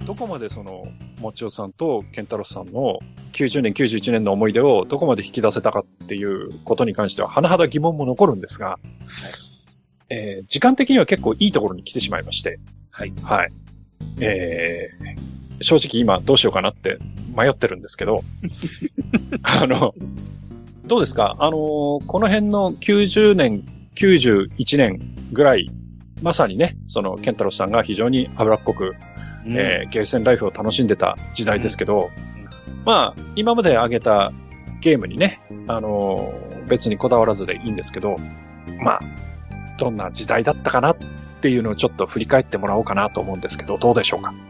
どこまでその、もちおさんとケンタロスさんの90年、91年の思い出をどこまで引き出せたかっていうことに関しては、甚だ疑問も残るんですが、時間的には結構いいところに来てしまいまして、 はい。 はい。正直今どうしようかなって迷ってるんですけど、どうですか？この辺の90年、91年ぐらい、まさにね、その、ケンタロスさんが非常に脂っこく、ゲーセンライフを楽しんでた時代ですけど、まあ、今まで挙げたゲームにね、別にこだわらずでいいんですけど、まあ、どんな時代だったかなっていうのをちょっと振り返ってもらおうかなと思うんですけど、どうでしょうか？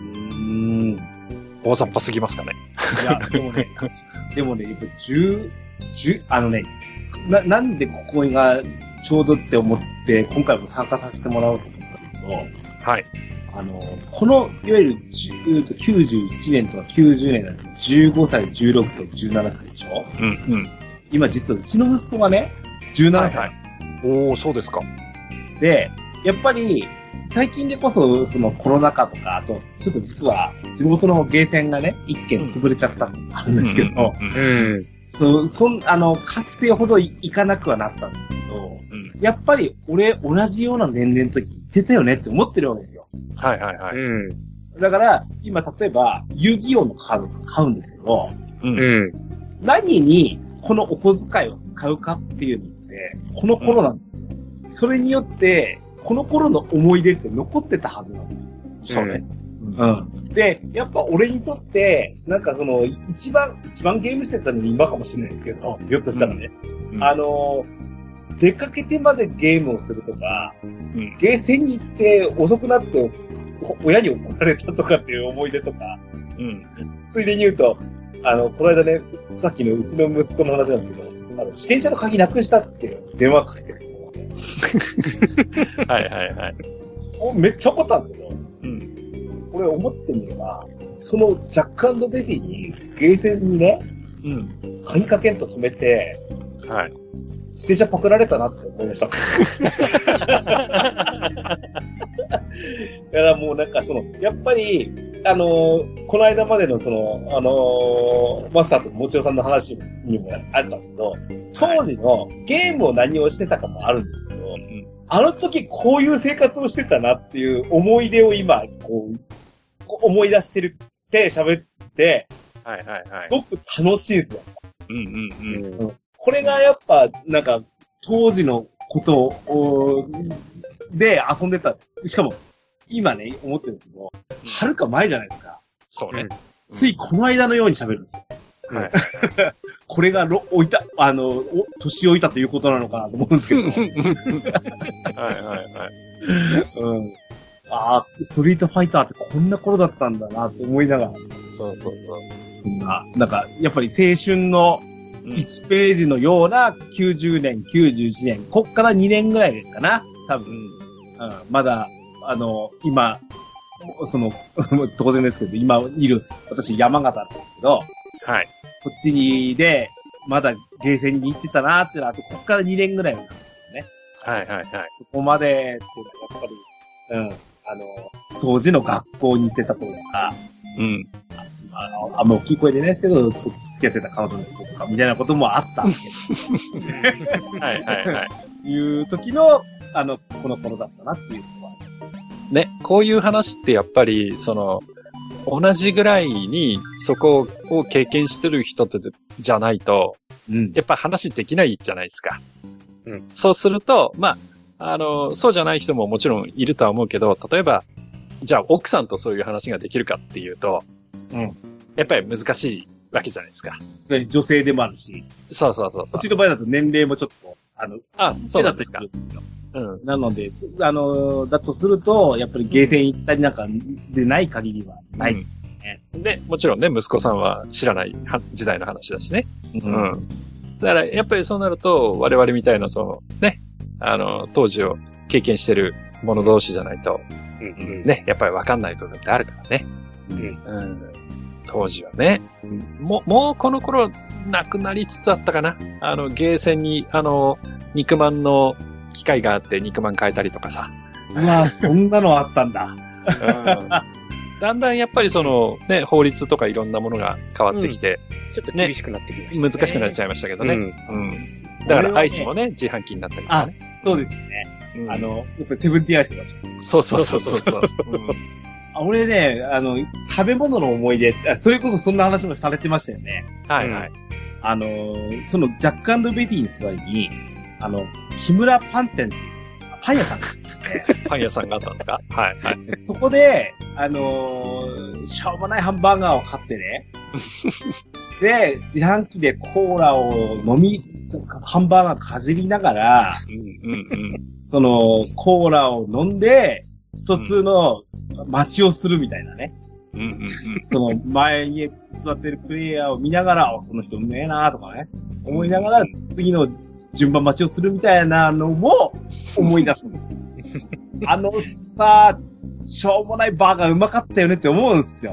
大雑把すぎますかね？ いや、でもね、やっぱなんでここがちょうどって思って、今回も参加させてもらおうと思ったんですけど、 はい。 この、いわゆる91年とか90年なんで15歳、16歳、17歳でしょ？ うんうん。 今実はうちの息子がね、17歳。 はいはい。おー、そうですか。 で、やっぱり、最近でこそ、そのコロナ禍とか、あと、ちょっと実は、地元のゲーセンがね、一軒潰れちゃったのがあるんですけど、かつてほど行かなくはなったんですけど、やっぱり俺、同じような年齢の時行ってたよねって思ってるわけですよ。 はいはいはい。 だから、今例えば、遊戯王のカード買うんですけど、何にこのお小遣いを使うかっていうのって、この頃なんですよ。それによって、この頃の思い出って残ってたはずなんですよ。 そうね。 で、やっぱ俺にとって、なんかその、一番ゲームしてたのに今かもしれないですけど、ひょっとしたらね。出かけてまでゲームをするとか、ゲーセンに行って遅くなって親に怒られたとかっていう思い出とか、ついでに言うと、この間ね、さっきのうちの息子の話なんですけど、自転車の鍵なくしたって電話かけてる人はいはいはい。 めっちゃ怒ったんですけど、これ思ってみれば、そのジャック&ベリーに、ゲーセンにね、鍵かけんと止めて、 はい。 自転車パクられたなって思いました。だからもうなんかやっぱり、この間までのマスターともちおさんの話にもあったんですけど、当時のゲームを何をしてたかもあるんですけど、あの時こういう生活をしてたなっていう思い出を今、思い出してるって喋って、 はいはいはい。 すごく楽しいですよ。これがやっぱ、なんか、当時のことを、で遊んでた。しかも、今ね、思ってるんですけど、はるか前じゃないですか。 そうね。 ついこの間のように喋るんですよ。はい。これが年老いたということなのかなと思うんですけど。 はいはいはい。 ああ、ストリートファイターってこんな頃だったんだなって思いながら。 そうそうそう。 そんな、なんか、やっぱり青春の1ページのような90年、91年、こっから2年ぐらいかな多分。まだ、今、当然ですけど、今いる、私山形なんですけど、 はい。 こっちで、まだゲーセンに行ってたなーってのは、あとこっから2年ぐらいなんですよね。 はいはいはい。 そこまでっていうのはやっぱり、当時の学校に行ってた頃とか、あんま大きい声でね、けど、付き合ってた彼女の子とか、みたいなこともあったんですけど。 はいはいはい。 いう時の、この頃だったなっていうのは。 ね、こういう話ってやっぱり、同じぐらいにそこを経験してる人じゃないと、やっぱ話できないじゃないですか。そうすると、まあ、そうじゃない人ももちろんいるとは思うけど、例えば、じゃあ奥さんとそういう話ができるかっていうと、やっぱり難しいわけじゃないですか。 女性でもあるし。 そうそうそう。 うちの場合だと年齢もちょっと、 そうなんですか。 なので、だとすると、やっぱりゲーセン行ったりなんかでない限りはないですね。 で、もちろんね、息子さんは知らない時代の話だしね。だから、やっぱりそうなると、我々みたいな、ね、当時を経験してる者同士じゃないと、ね、やっぱりわかんない部分ってあるからね。当時はね。もうこの頃、なくなりつつあったかな。ゲーセンに、肉まんの機械があって肉まん変えたりとかさ。 うわ、そんなのあったんだ。 だんだんやっぱりその、ね、法律とかいろんなものが変わってきて、 ちょっと厳しくなってきましたね。 難しくなっちゃいましたけどね。だからアイスもね、自販機になったりとかね。 そうですね。やっぱりセブンティーンアイスだし。 そう。 俺ね、食べ物の思い出、それこそそんな話もされてましたよね。 はいはい。 そのジャック&ベティの座りに、木村パン店っていう、パン屋さん。 パン屋さんがあったんですか？はいはい。 そこで、しょうもないハンバーガーを買ってね。で、自販機でコーラをハンバーガーかじりながら、その、コーラを飲んで、一つの待ちをするみたいなね。その、前に座ってるプレイヤーを見ながら、この人うめえなーとかね、思いながら、次の順番待ちをするみたいなのも思い出すんですよ。さ、しょうもないバーガーうまかったよねって思うんですよ。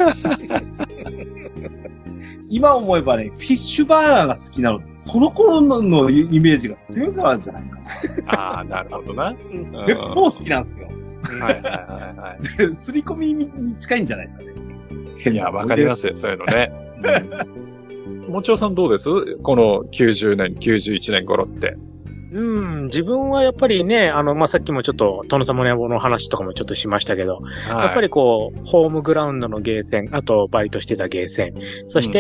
今思えばね、フィッシュバーガーが好きなのって、その頃のイメージが強いからじゃないかな。 ああ、なるほどな。 鉄砲好きなんですよ。 はい。 すり込みに近いんじゃないですかね。 いや、わかりますよ、そういうのね。もちおさんどうです？この90年、91年頃って。 自分はやっぱりね、さっきもちょっと、殿様の野望の話とかもちょっとしましたけど、やっぱりこう、ホームグラウンドのゲーセン、あとバイトしてたゲーセン、そして、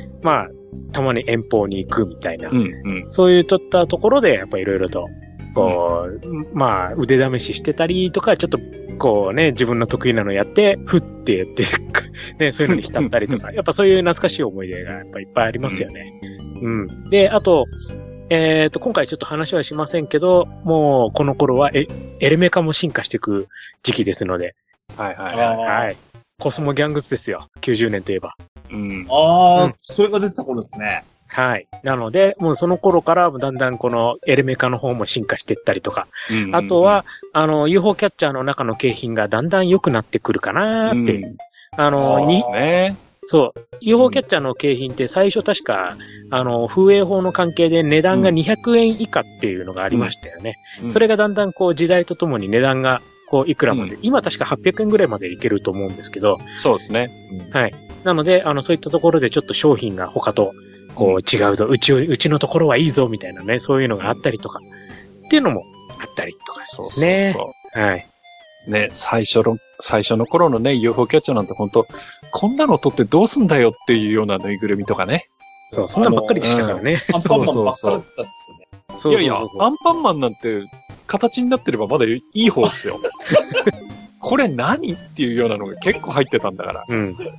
たまに遠方に行くみたいな、そういうとったところで、やっぱりいろいろと、こう、腕試ししてたりとか、ちょっと、こうね、自分の得意なのやって、ふってやって、ね、そういうのに浸ったりとか、やっぱそういう懐かしい思い出がやっぱいっぱいありますよね。で、あと、今回ちょっと話はしませんけど、もうこの頃はエレメカも進化していく時期ですので。はい。コスモギャングスですよ。90年といえば。 それが出てた頃ですね。 はい。なので、もうその頃からだんだんこのエレメカの方も進化していったりとか、あとは、UFO キャッチャーの中の景品がだんだん良くなってくるかなーっていう。そう。UFO キャッチャーの景品って最初確か、風営法の関係で値段が200円以下っていうのがありましたよね。それがだんだんこう時代とともに値段がこういくらまで、今確か800円ぐらいまでいけると思うんですけど。 そうですね。 はい。なので、そういったところでちょっと商品が他とこう違うぞ、うちのところはいいぞみたいなね、そういうのがあったりとか、っていうのもあったりとかですね。そう。はい。 ね、最初の頃のね、UFO キャッチャーなんて本当こんなの取ってどうすんだよっていうようなぬいぐるみとかね。 そう、そんなばっかりでしたからね。 アンパンマンばっかりだったっすね。いや、アンパンマンなんて形になってればまだいい方ですよ。これ何っていうようなのが結構入ってたんだから。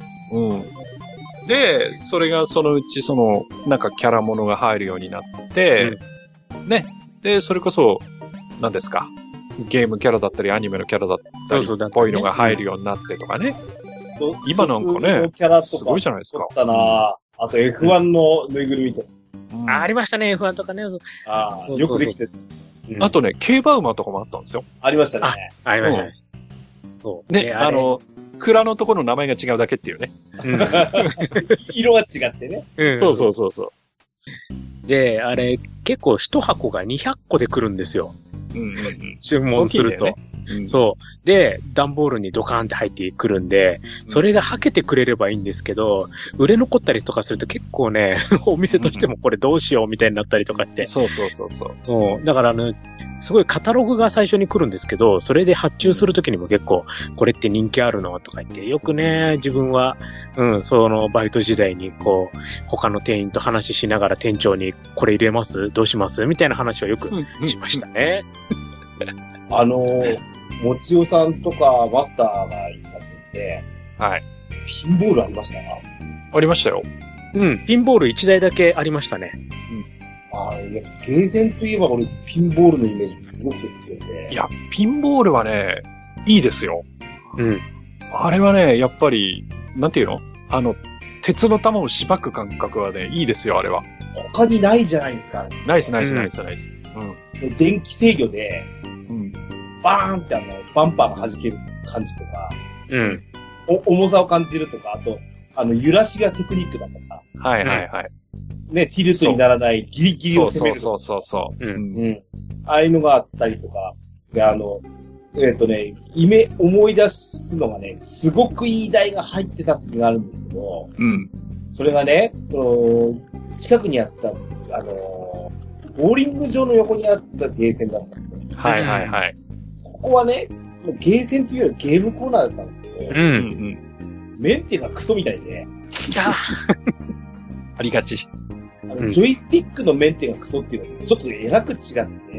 で、それがそのうちなんかキャラものが入るようになって、ね。で、それこそ、何ですか。ゲームキャラだったり、アニメのキャラだったり、っぽいのが入るようになってとかね。今なんかね、すごいじゃないですか。 あと F1 のぬいぐるみとか。 ありましたね、F1 とかね。 よくできてる。 あとね、競馬馬とかもあったんですよ。 ありましたね。 ありましたね。 そう。ね、蔵のところの名前が違うだけっていうね。 色が違ってね。 そう。 で、あれ、結構一箱が200個で来るんですよ。注文すると。そう。で、段ボールにドカーンって入ってくるんで、それがはけてくれればいいんですけど、売れ残ったりとかすると結構ね、お店としてもこれどうしようみたいになったりとかって。 そう。 だからすごいカタログが最初に来るんですけど、それで発注するときにも結構、これって人気あるのとか言って、よくね、自分は、そのバイト時代にこう、他の店員と話しながら店長にこれ入れますどうしますみたいな話をよくしましたね。 もちおさんとかマスターがいたって、 はい。 ピンボールありましたありましたよ。 ピンボール1台だけありましたね。 ゲーセンといえば俺、ピンボールのイメージすごく強いで。 いや、ピンボールはね、いいですよ。あれはね、やっぱり、なんていうの？鉄の玉をしばく感覚はね、いいですよ、あれは。 他にないじゃないですか。 ナイス。 電気制御で、バーンってバンパーが弾ける感じとか、重さを感じるとか、あと、揺らしがテクニックだとか。 はい。 ね、ティルトにならないギリギリを攻める。 そう。 ああいうのがあったりとか、で、 思い出すのがね、すごくいい台が入ってた時があるんですけど、 うん。 それがね、近くにあった、ボーリング場の横にあったゲーセンだったんですよ。 はいはいはい。 ここはね、ゲーセンというよりゲームコーナーだったんですけど、 うん。 メンテがクソみたいで、 ありがち。 ジョイスティックのメンテがクソっていうのはちょっとえらく違って、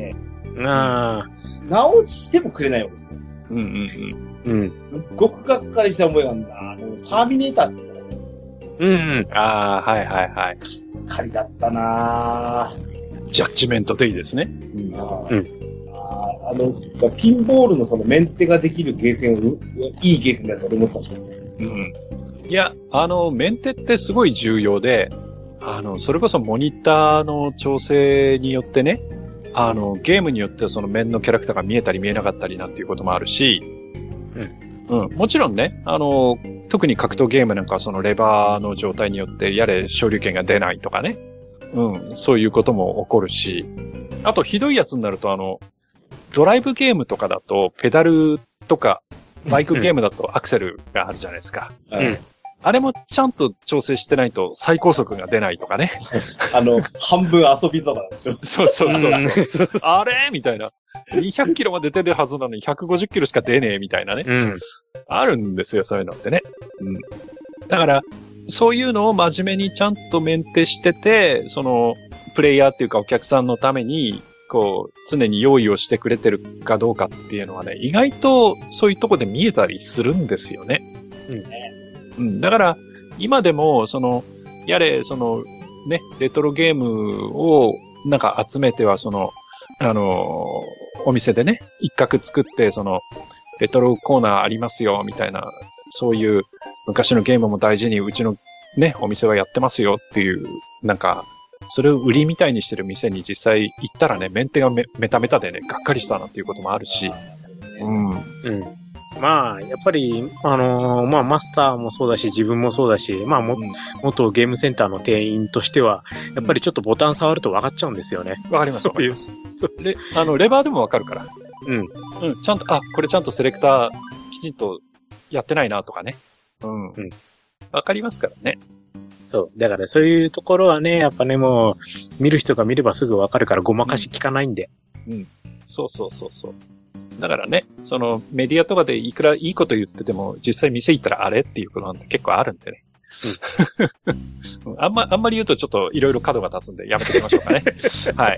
直してもくれないわけですよ。 うん。 すっごくがっかりした思いがあるんだ。ターミネーターって言ったらね。 はいはいはい。 仮だったなぁ。 ジャッジメントデイですね。 ピンボールのそのメンテができるゲーセンを、いいゲーセンだと思ってたんですよ。 いや、メンテってすごい重要で、それこそモニターの調整によってね、ゲームによってはその面のキャラクターが見えたり見えなかったりなんていうこともあるし、もちろんね、特に格闘ゲームなんかはそのレバーの状態によってやれ昇竜拳が出ないとかね、そういうことも起こるし、あとひどいやつになるとドライブゲームとかだとペダルとかバイクゲームだとアクセルがあるじゃないですか。あれもちゃんと調整してないと最高速が出ないとかね。 半分遊びとかでしょ。 そう。あれみたいな。200キロまで出るはずなのに150キロしか出ねえみたいなね。あるんですよ、そういうのってね。だから、そういうのを真面目にちゃんとメンテしてて、プレイヤーっていうかお客さんのために、常に用意をしてくれてるかどうかっていうのはね、意外とそういうとこで見えたりするんですよね。だから、今でも、レトロゲームを、なんか集めては、お店でね、一角作って、レトロコーナーありますよ、みたいな、そういう、昔のゲームも大事に、うちのね、お店はやってますよっていう、なんか、それを売りみたいにしてる店に実際行ったらね、メンテがメタメタでね、がっかりしたなんていうこともあるし、 まあ、やっぱり、マスターもそうだし、自分もそうだし、元ゲームセンターの店員としては、やっぱりちょっとボタン触ると分かっちゃうんですよね。 わかります。レバーでも分かるから。ちゃんと、これちゃんとセレクターきちんとやってないなとかね。わかりますからね。 そう。だからそういうところはね、やっぱね、もう、見る人が見ればすぐ分かるからごまかし聞かないんで。 そう。だからね、メディアとかでいくらいいこと言ってても、実際店行ったらあれっていうことなんて結構あるんでね。あんまり言うとちょっといろいろ角が立つんでやめておきましょうかね。はい。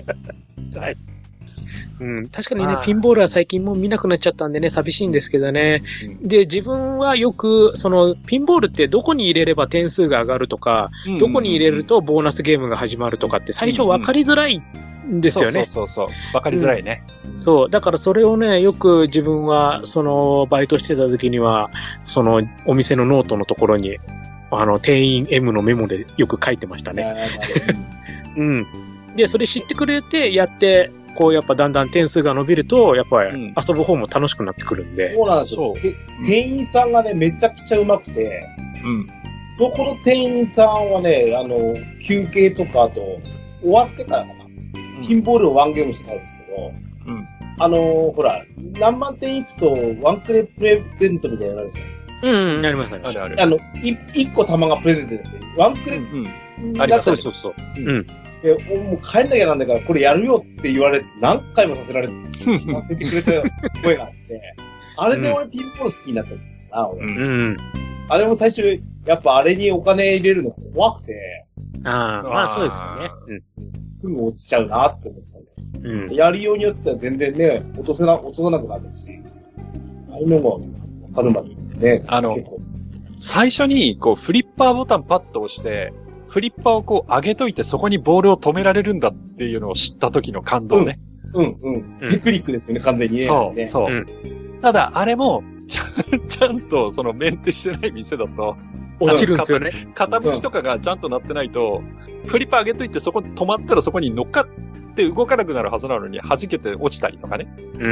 確かにね、ピンボールは最近もう見なくなっちゃったんでね、寂しいんですけどね。で、自分はよく、ピンボールってどこに入れれば点数が上がるとか、どこに入れるとボーナスゲームが始まるとかって最初分かりづらいんですよね。 そう。分かりづらいね。 そう。だからそれをね、よく自分は、バイトしてた時には、お店のノートのところに、店員 M のメモでよく書いてましたね。で、それ知ってくれて、やって、やっぱだんだん点数が伸びると、やっぱり遊ぶ方も楽しくなってくるんで。 そうなんですよ。店員さんがね、めちゃくちゃ上手くて、そこの店員さんはね、休憩とか、あと、終わってからかな、ピンボールをワンゲームしてたんですけど、ほら、何万点いくと、ワンクレプレゼントみたいなのあるんですよ。 あります。 1個玉がプレゼントで、ワンクレ、 あります。 そう。もう帰んなきゃなんだから、これやるよって言われて、何回もさせられて、させてくれた声があって、あれで俺ピンボール好きになったんですな、俺。あれも最初、やっぱあれにお金入れるの怖くて。 そうですよね。 すぐ落ちちゃうなって思ったんです。やりようによっては全然ね、落とさなくなるし、ああいうのもわかるまでね。 最初に、フリッパーボタンパッと押して、フリッパーを上げといてそこにボールを止められるんだっていうのを知った時の感動ね。 テクニックですよね、完全にね。 そう。ただ、あれも、ちゃんとメンテしてない店だと、 落ちるんですよね。 傾きとかがちゃんとなってないと、フリッパー上げといてそこに止まったらそこに乗っかって動かなくなるはずなのに弾けて落ちたりとかね。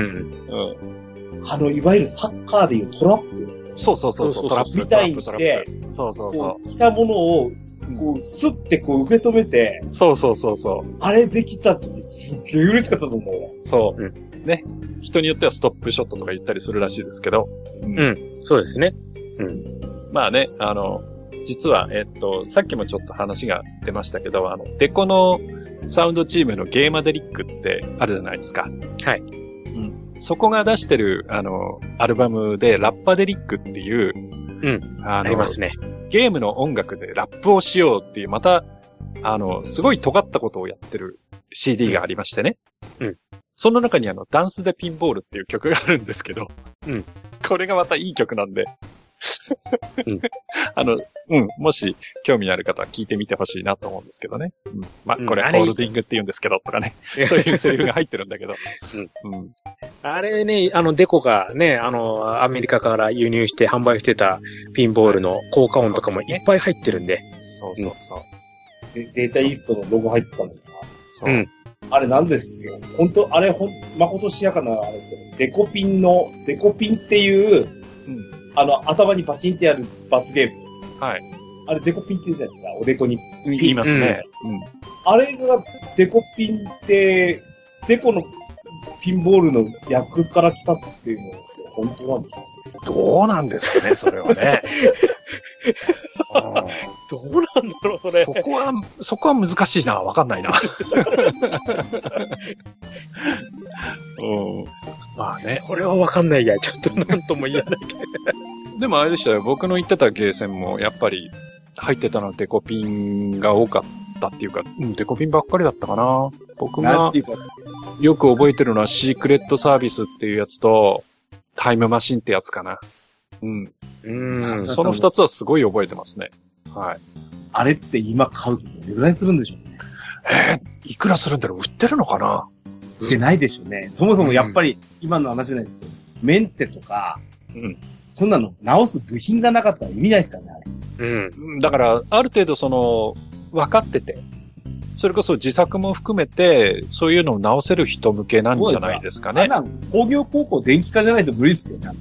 いわゆるサッカーでいうトラップ。 そう。トラップみたいにして、来たものを、スッて受け止めて、 そう。 あれできた時すっげえ嬉しかったと思うよ。 そう。 ね、人によってはストップショットとか言ったりするらしいですけど。 そうですね。 まあね、実は、さっきもちょっと話が出ましたけど、デコのサウンドチームのゲーマデリックってあるじゃないですか。 はい。 そこが出してる、アルバムで、ラッパデリックっていう、 ありますね。 ゲームの音楽でラップをしようっていう、また、すごい尖ったことをやってる CD がありましてね。その中にダンスでピンボールっていう曲があるんですけど、これがまたいい曲なんで、もし興味のある方は聞いてみてほしいなと思うんですけどね。まあ、これ、ホールディングって言うんですけど、とかね。そういうセリフが入ってるんだけど。 あれね、デコがね、アメリカから輸入して販売してたピンボールの効果音とかもいっぱい入ってるんで。 そうそうそう。 データイーストのロゴ入ってたんですか？ そう。 あれなんですよ。本当あれまことしやかなあれですけど、デコピンっていう、頭にバチンってやる罰ゲーム。 はい。 あれデコピンって言うじゃないですか。おでこに。 言いますね。 あれがデコピンって、デコのピンボールの役から来たっていうのは本当なんですか？ どうなんですかね、それはね。 どうなんだろう、それ。 そこは難しいな。わかんないな。 まあね。これはわかんないや。ちょっとなんとも言えないけど。 でもあれでしたよ。僕の言ってたゲーセンも、やっぱり、入ってたのはデコピンが多かったっていうか、デコピンばっかりだったかな。僕が、よく覚えてるのは、シークレットサービスっていうやつと、タイムマシンってやつかな。その二つはすごい覚えてますね。はい。 あれって今買うとどれぐらいするんでしょうね。 いくらするんだろう？売ってるのかな？ 売ってないでしょうね。そもそもやっぱり、今の話じゃないですけど、メンテとか、そんなの直す部品がなかったら意味ないですからね、あれ。 だから、ある程度分かってて、それこそ自作も含めて、そういうのを直せる人向けなんじゃないですかね。 工業高校電気科じゃないと無理ですよね。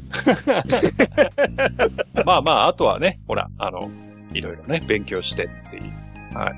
まあ、あとはね、ほら、いろいろね、勉強してっていう。はい。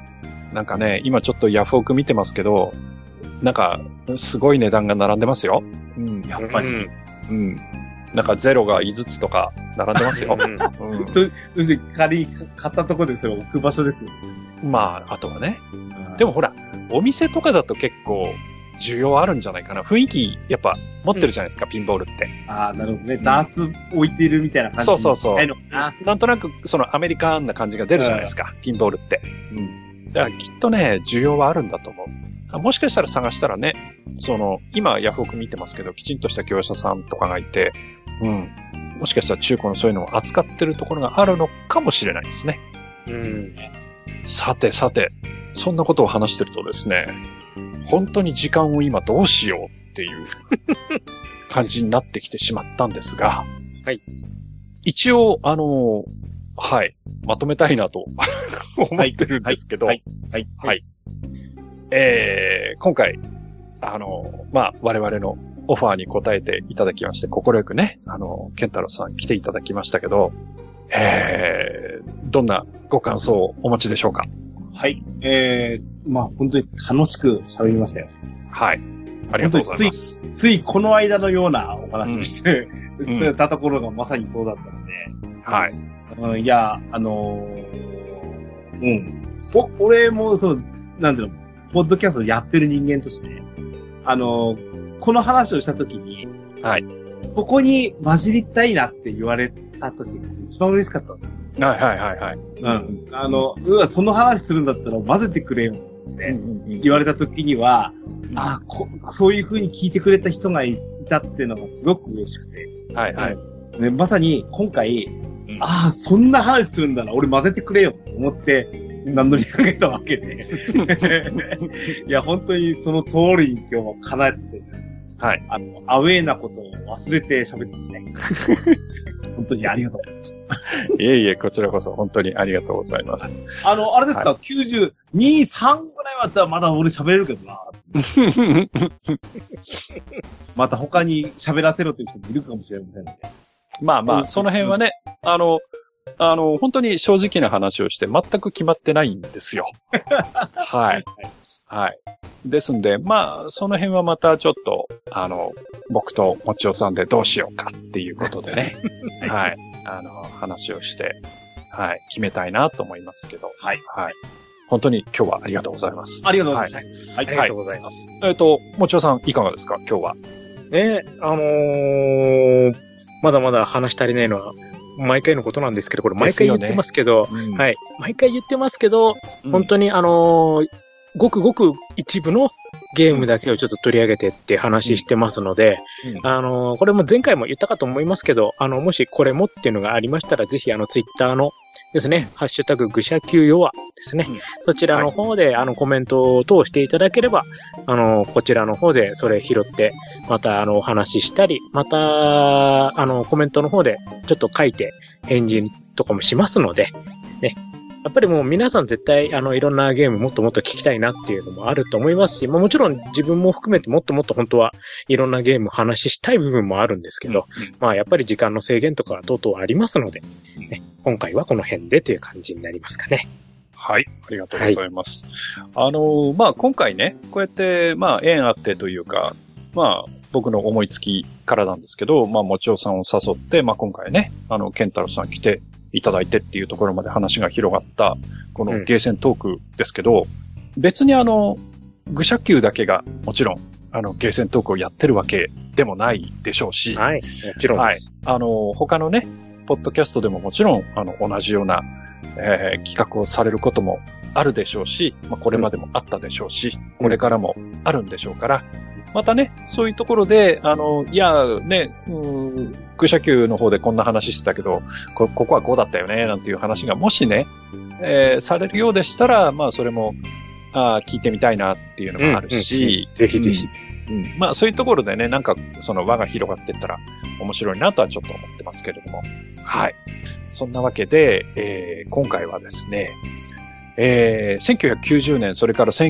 なんかね、今ちょっとヤフオク見てますけど、なんか、すごい値段が並んでますよ。やっぱり。なんかゼロが5つとか並んでますよ。 そして仮に買ったところでそれ置く場所ですよ。 まあ、あとはね。でもほら、お店とかだと結構需要あるんじゃないかな。雰囲気、やっぱ持ってるじゃないですか、ピンボールって。 ああ、なるほどね。ダーツ置いてるみたいな感じ。 そう。なんとなく、アメリカンな感じが出るじゃないですか、ピンボールって。だからきっとね、需要はあるんだと思う。もしかしたら探したらね、今ヤフオク見てますけど、きちんとした業者さんとかがいて、もしかしたら中古のそういうのを扱ってるところがあるのかもしれないですね。さて、そんなことを話してるとですね、本当に時間を今どうしようっていう感じになってきてしまったんですが、 はい。 一応、はい、まとめたいなと思ってるんですけど、はい。今回、我々のオファーに応えていただきまして、心よくね、ケンタロウさん来ていただきましたけど、どんなご感想をお持ちでしょうか？ はい。本当に楽しく喋りましたよ。 はい。ありがとうございます。 ついこの間のようなお話をしてたところがまさにそうだったので。 はい。 いや、俺も、なんていうの、ポッドキャストやってる人間として、この話をしたときに、 はい。 ここに混じりたいなって言われたときが一番嬉しかったんですよ。 はい。 その話するんだったら混ぜてくれよって言われたときには、そういう風に聞いてくれた人がいたっていうのがすごく嬉しくて。 はいはい。 ね、まさに今回、そんな話するんだな、俺混ぜてくれよと思って、名乗り上げたわけで。いや、本当にその通りに今日も叶えて、 はい。 アウェーなことを忘れて喋ってましたね。本当にありがとうございました。 いえ、こちらこそ本当にありがとうございます。 あれですか、92、3ぐらいはあったらまだ俺喋れるけどな。また他に喋らせろという人もいるかもしれませんので。 まあ、その辺はね、本当に正直な話をして全く決まってないんですよ。はい。 はい。ですんで、まあ、その辺はまたちょっと、僕ともちおさんでどうしようかっていうことでね、はい。話をして、はい。決めたいなと思いますけど、はい。はい。本当に今日はありがとうございます。 ありがとうございます。 はい。ありがとうございます。 もちおさんいかがですか今日は。 まだまだ話し足りないのは、毎回のことなんですけど、これ毎回言ってますけど、はい。毎回言ってますけど、本当にごくごく一部のゲームだけをちょっと取り上げてって話してますので、これも前回も言ったかと思いますけど、もしこれもっていうのがありましたら、ぜひツイッターのですね、ハッシュタグ愚者級弱ですね。そちらの方で、コメントを通していただければ、こちらの方でそれ拾って、また、お話ししたり、また、コメントの方でちょっと書いて返事とかもしますので、ね。やっぱりもう皆さん絶対、いろんなゲームもっともっと聞きたいなっていうのもあると思いますし、もちろん自分も含めてもっともっと本当はいろんなゲーム話したい部分もあるんですけど、まあやっぱり時間の制限とか等々ありますので、ね、今回はこの辺でという感じになりますかね。 はい。ありがとうございます。はい、まあ今回ね、こうやって、まあ縁あってというか、まあ僕の思いつきからなんですけど、まあもちおさんを誘って、まあ今回ね、ケンタロウさん来て、いただいてっていうところまで話が広がった、このゲーセントークですけど、別に愚者級だけがもちろん、ゲーセントークをやってるわけでもないでしょうし、 はい、もちろんです。 はい。他のね、ポッドキャストでももちろん、同じような、企画をされることもあるでしょうし、まあ、これまでもあったでしょうし、これからもあるんでしょうから、またね、そういうところで、いや、ね、愚者級の方でこんな話してたけど、ここはこうだったよね、なんていう話がもしね、されるようでしたら、まあ、それも、聞いてみたいなっていうのもあるし、 ぜひぜひ。 まあ、そういうところでね、なんか、その輪が広がっていったら面白いなとはちょっと思ってますけれども。はい。そんなわけで、今回はですね、1990年、それから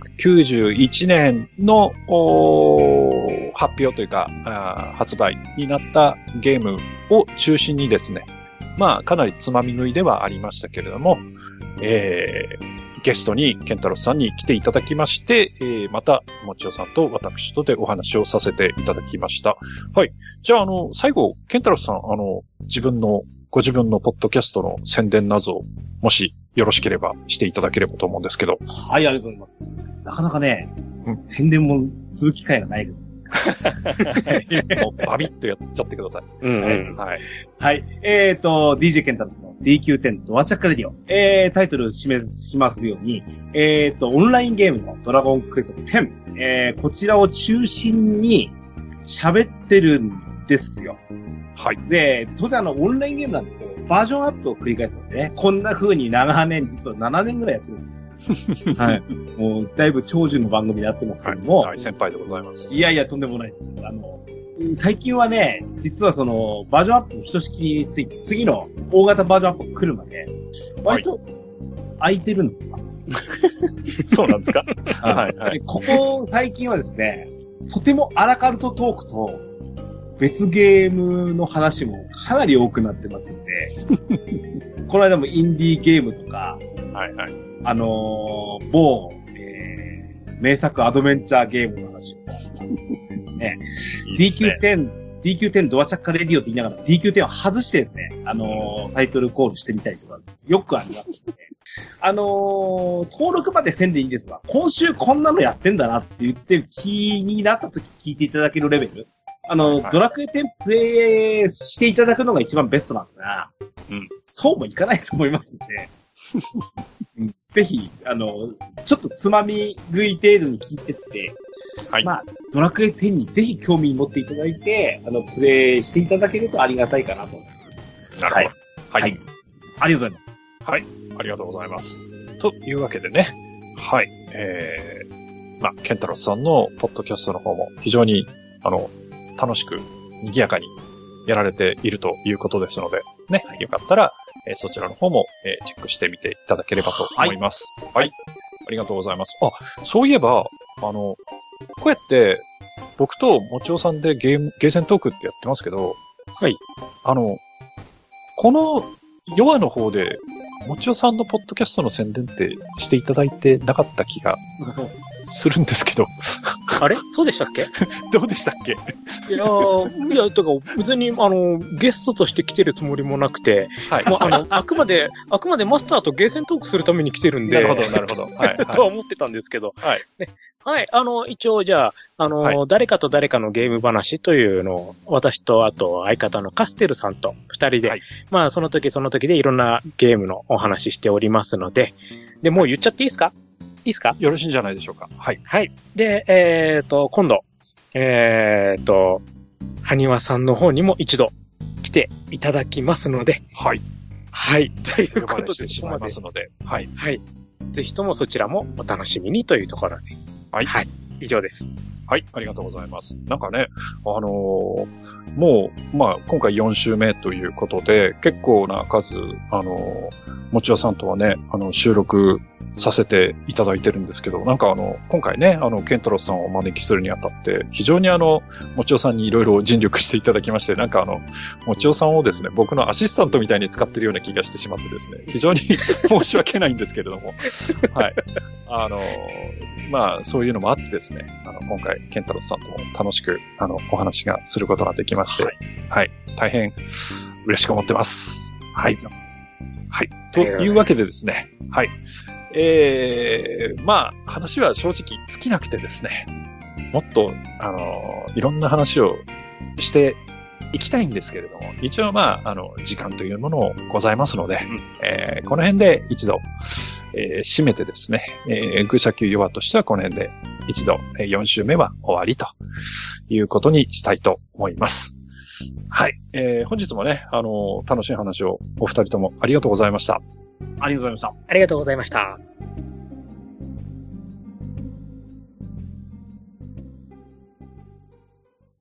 1991年の発表というか発売になったゲームを中心にですね、まあかなりつまみ食いではありましたけれども、ゲストにケンタロウさんに来ていただきまして、またもちおさんと私とでお話をさせていただきました。はい。じゃあ最後、ケンタロウさん、ご自分のポッドキャストの宣伝など、もしよろしければしていただければと思うんですけど。 はい、ありがとうございます。なかなかね、宣伝もする機会がないです。 もうバビッとやっちゃってください。 はい。はい。DJ ケンタロウの DQ10 ドアチャッカレディオ。タイトル示しますように、オンラインゲームのドラゴンクエスト10。こちらを中心に喋ってるんですよ。はい。で、当然オンラインゲームなんで、バージョンアップを繰り返すのでね、こんな風に長年、実は7年ぐらいやってるんですよ。はい。もう、だいぶ長寿の番組になってますけども。 はい、先輩でございます。 いやいや、とんでもないです。最近はね、実はバージョンアップのひとしきりについて、次の大型バージョンアップが来るまで、割と空いてるんですよ。 そうなんですかはいはい。ここ最近はですね、とてもアラカルトトークと、別ゲームの話もかなり多くなってますので、この間もインディーゲームとか、はいはい。某、名作アドベンチャーゲームの話を、ね、DQ10 ドアチャッカレディオって言いながら DQ10 を外してですね、タイトルコールしてみたりとか、よくありますので、登録までせんでいいんですが、今週こんなのやってんだなって言ってる気になった時聞いていただけるレベル、ドラクエ10プレイしていただくのが一番ベストなんですが、そうもいかないと思いますので、ぜひ、ちょっとつまみ食い程度に聞いてって、はい、まあ、ドラクエ10にぜひ興味持っていただいて、プレイしていただけるとありがたいかなと思います。 なるほど。 はい。はい。ありがとうございます。 はい。ありがとうございます。というわけでね、はい。まあ、ケンタロウさんのポッドキャストの方も非常に、楽しく、賑やかにやられているということですので、ね、よかったら、そちらの方も、チェックしてみていただければと思います。はい。ありがとうございます。あ、そういえば、こうやって、僕ともちおさんでゲーセントークってやってますけど、はい。この、ヨアの方で、もちおさんのポッドキャストの宣伝ってしていただいてなかった気がするんですけど。 あれそうでしたっけ？ どうでしたっけ？ いや、だから別に、ゲストとして来てるつもりもなくて、 はい。 まあ、あくまでマスターとゲーセントークするために来てるんで、 なるほど、なるほど。はい。 とは思ってたんですけど、 はい。 ね、はい、一応じゃあ、 はい誰かと誰かのゲーム話というのを、私とあと相方のカステルさんと二人で、 はいまあ、その時でいろんなゲームのお話ししておりますので、で、もう言っちゃっていいですか？いいですか？ よろしいんじゃないでしょうか。はい。 はい。で、今度、はにわさんの方にも一度来ていただきますので、 はい。 はい。という呼ばことで、 れてしまいますので、はい。 はい。ぜひともそちらもお楽しみにというところで。 はい。 はい。以上です。 はい、ありがとうございます。なんかね、もう、まあ、今回4週目ということで、結構な数、もちおさんとはね、収録させていただいてるんですけど、なんか今回ね、ケンタロスさんをお招きするにあたって、非常にもちおさんにいろいろ尽力していただきまして、なんかもちおさんをですね、僕のアシスタントみたいに使ってるような気がしてしまってですね、非常に申し訳ないんですけれども、はい。まあ、そういうのもあってですね、今回、ケンタロスさんとも楽しく、お話がすることができまして、はい。大変嬉しく思ってます。はい。はい。というわけでですね、はい。まあ、話は正直尽きなくてですね、もっと、いろんな話をしていきたいんですけれども、一応まあ、時間というものをございますので、この辺で一度、締めてですね、愚者級弱としてはこの辺で一度、4週目は終わりということにしたいと思います。はい。本日もね、楽しい話をお二人ともありがとうございました。 ありがとうございました。 ありがとうございました。